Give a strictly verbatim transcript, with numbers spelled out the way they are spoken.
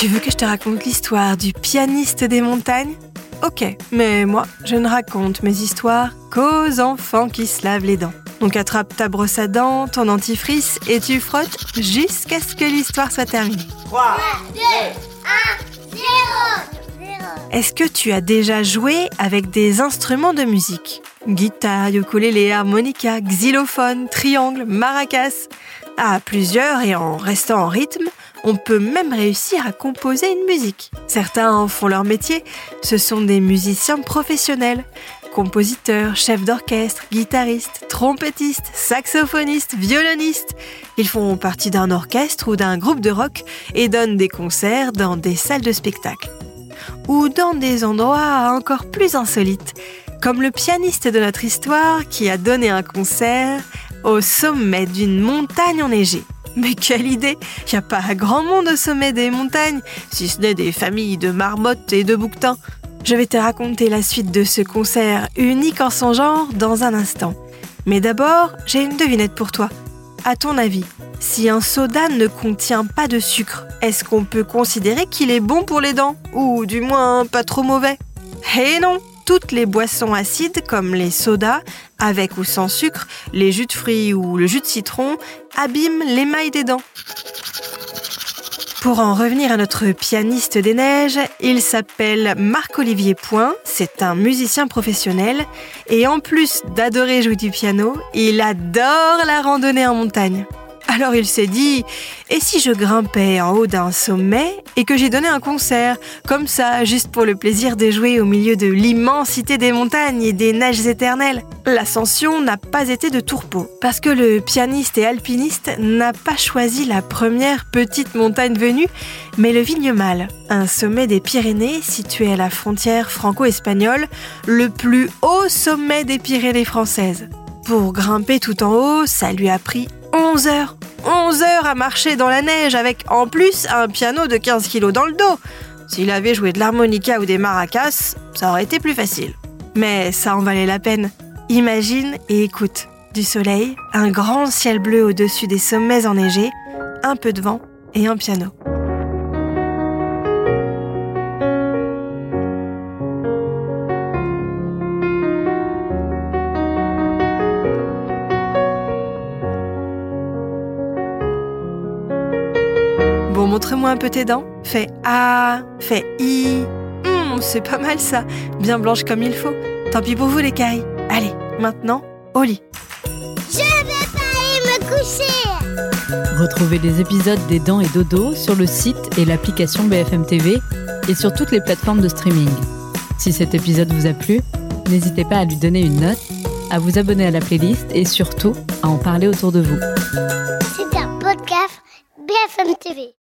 Tu veux que je te raconte l'histoire du pianiste des montagnes ? Ok, mais moi, je ne raconte mes histoires qu'aux enfants qui se lavent les dents. Donc attrape ta brosse à dents, ton dentifrice et tu frottes jusqu'à ce que l'histoire soit terminée. trois, deux, un, zéro. Est-ce que tu as déjà joué avec des instruments de musique ? Guitare, ukulélé, harmonica, xylophone, triangle, maracas. À plusieurs et en restant en rythme, on peut même réussir à composer une musique. Certains en font leur métier, ce sont des musiciens professionnels. Compositeurs, chefs d'orchestre, guitaristes, trompettistes, saxophonistes, violonistes. Ils font partie d'un orchestre ou d'un groupe de rock et donnent des concerts dans des salles de spectacle. Ou dans des endroits encore plus insolites, comme le pianiste de notre histoire qui a donné un concert au sommet d'une montagne enneigée. Mais quelle idée! Il n'y a pas grand monde au sommet des montagnes, si ce n'est des familles de marmottes et de bouquetins. Je vais te raconter la suite de ce concert unique en son genre dans un instant. Mais d'abord, j'ai une devinette pour toi. À ton avis, si un soda ne contient pas de sucre, est-ce qu'on peut considérer qu'il est bon pour les dents ? Ou du moins pas trop mauvais ? Eh non! Toutes les boissons acides comme les sodas, avec ou sans sucre, les jus de fruits ou le jus de citron, abîment l'émail des dents. Pour en revenir à notre pianiste des neiges, il s'appelle Marc-Olivier Point, c'est un musicien professionnel et en plus d'adorer jouer du piano, il adore la randonnée en montagne. Alors il s'est dit, et si je grimpais en haut d'un sommet et que j'ai donné un concert, comme ça, juste pour le plaisir de jouer au milieu de l'immensité des montagnes et des neiges éternelles ? L'ascension n'a pas été de tout repos, parce que le pianiste et alpiniste n'a pas choisi la première petite montagne venue, mais le Vignemale, un sommet des Pyrénées situé à la frontière franco-espagnole, le plus haut sommet des Pyrénées françaises. Pour grimper tout en haut, ça lui a pris onze heures. onze heures à marcher dans la neige avec en plus un piano de quinze kilos dans le dos. S'il avait joué de l'harmonica ou des maracas, ça aurait été plus facile. Mais ça en valait la peine. Imagine et écoute. Du soleil, un grand ciel bleu au-dessus des sommets enneigés, un peu de vent et un piano. Bon, montre-moi un peu tes dents. Fais A, fais I. Hum, c'est pas mal ça. Bien blanche comme il faut. Tant pis pour vous les cailles. Allez, maintenant, au lit. Je vais pas aller me coucher. Retrouvez les épisodes des Dents et Dodo sur le site et l'application B F M T V et sur toutes les plateformes de streaming. Si cet épisode vous a plu, n'hésitez pas à lui donner une note, à vous abonner à la playlist et surtout à en parler autour de vous. C'est un podcast B F M T V.